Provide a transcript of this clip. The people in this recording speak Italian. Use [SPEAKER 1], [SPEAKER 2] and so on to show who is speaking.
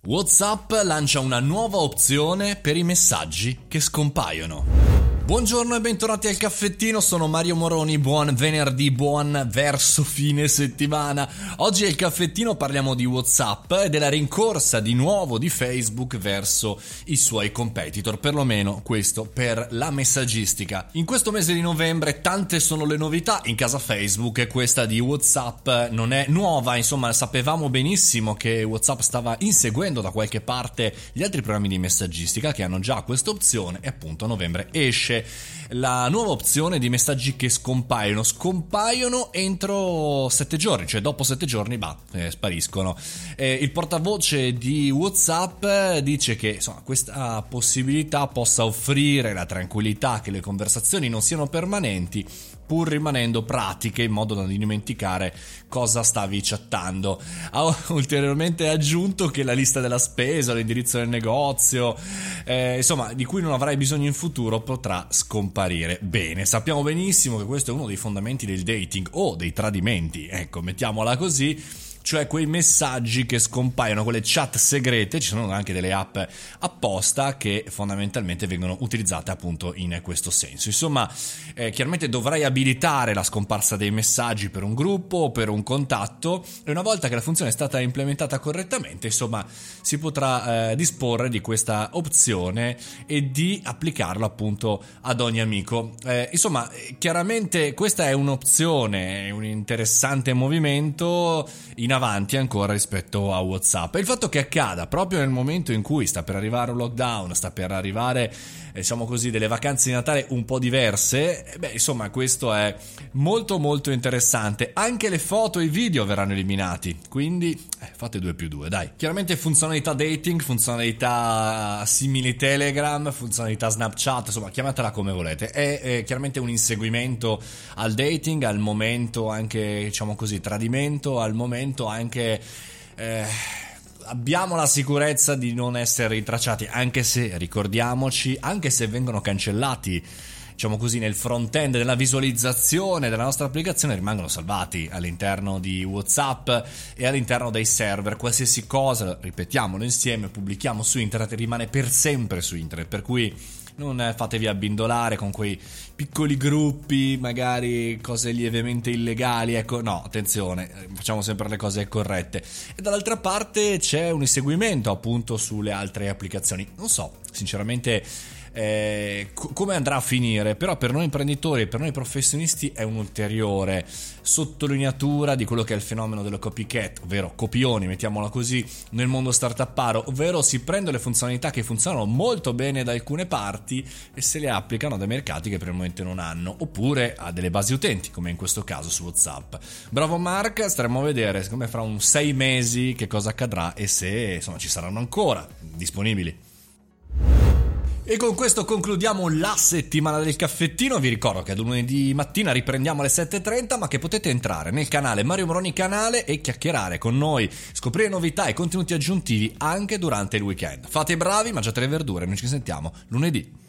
[SPEAKER 1] WhatsApp lancia una nuova opzione per i messaggi che scompaiono. Buongiorno e bentornati al caffettino, sono Mario Moroni, buon venerdì, buon verso fine settimana. Oggi al caffettino parliamo di WhatsApp e della rincorsa di nuovo di Facebook verso i suoi competitor, perlomeno questo per la messaggistica. In questo mese di novembre tante sono le novità in casa Facebook e questa di WhatsApp non è nuova, insomma sapevamo benissimo che WhatsApp stava inseguendo da qualche parte gli altri programmi di messaggistica che hanno già questa opzione e appunto a novembre esce la nuova opzione di messaggi che scompaiono entro 7 giorni, cioè dopo 7 giorni spariscono. Il portavoce di WhatsApp dice che insomma questa possibilità possa offrire la tranquillità che le conversazioni non siano permanenti pur rimanendo pratiche in modo da non dimenticare cosa stavi chattando. Ha ulteriormente aggiunto che la lista della spesa, l'indirizzo del negozio, insomma di cui non avrai bisogno in futuro potrà scomparire. Bene, sappiamo benissimo che questo è uno dei fondamenti del dating o dei tradimenti, ecco, mettiamola così. Cioè quei messaggi che scompaiono, quelle chat segrete. Ci sono anche delle app apposta che fondamentalmente vengono utilizzate appunto in questo senso. Insomma, chiaramente dovrai abilitare la scomparsa dei messaggi per un gruppo o per un contatto e una volta che la funzione è stata implementata correttamente, insomma, si potrà disporre di questa opzione e di applicarlo appunto ad ogni amico. Insomma, chiaramente questa è un'opzione, un interessante movimento in avanti ancora rispetto a WhatsApp, e il fatto che accada proprio nel momento in cui sta per arrivare un lockdown, sta per arrivare diciamo così delle vacanze di Natale un po' diverse, insomma questo è molto molto interessante. Anche le foto e i video verranno eliminati, quindi fate 2+2, dai. Chiaramente funzionalità dating, funzionalità simili Telegram, funzionalità Snapchat, insomma chiamatela come volete. È chiaramente un inseguimento al dating, al momento anche diciamo così tradimento, al momento anche abbiamo la sicurezza di non essere rintracciati, anche se ricordiamoci, anche se vengono cancellati diciamo così nel front-end della visualizzazione della nostra applicazione, rimangono salvati all'interno di WhatsApp e all'interno dei server. Qualsiasi cosa, ripetiamolo insieme, pubblichiamo su internet rimane per sempre su internet, per cui non fatevi abbindolare con quei piccoli gruppi, magari cose lievemente illegali, ecco, no, attenzione, facciamo sempre le cose corrette. E dall'altra parte c'è un inseguimento appunto sulle altre applicazioni. Non so, sinceramente come andrà a finire, però per noi imprenditori e per noi professionisti è un'ulteriore sottolineatura di quello che è il fenomeno dello copycat, ovvero copioni, mettiamola così, nel mondo startupparo, ovvero si prendono le funzionalità che funzionano molto bene da alcune parti e se le applicano a dei mercati che per il momento non hanno, oppure a delle basi utenti, come in questo caso su WhatsApp. Bravo Mark, staremo a vedere secondo me fra un 6 mesi che cosa accadrà e se insomma ci saranno ancora disponibili. E con questo concludiamo la settimana del caffettino. Vi ricordo che ad lunedì mattina riprendiamo alle 7:30, ma che potete entrare nel canale Mario Moroni Canale e chiacchierare con noi, scoprire novità e contenuti aggiuntivi anche durante il weekend. Fate i bravi, mangiate le verdure, noi ci sentiamo lunedì.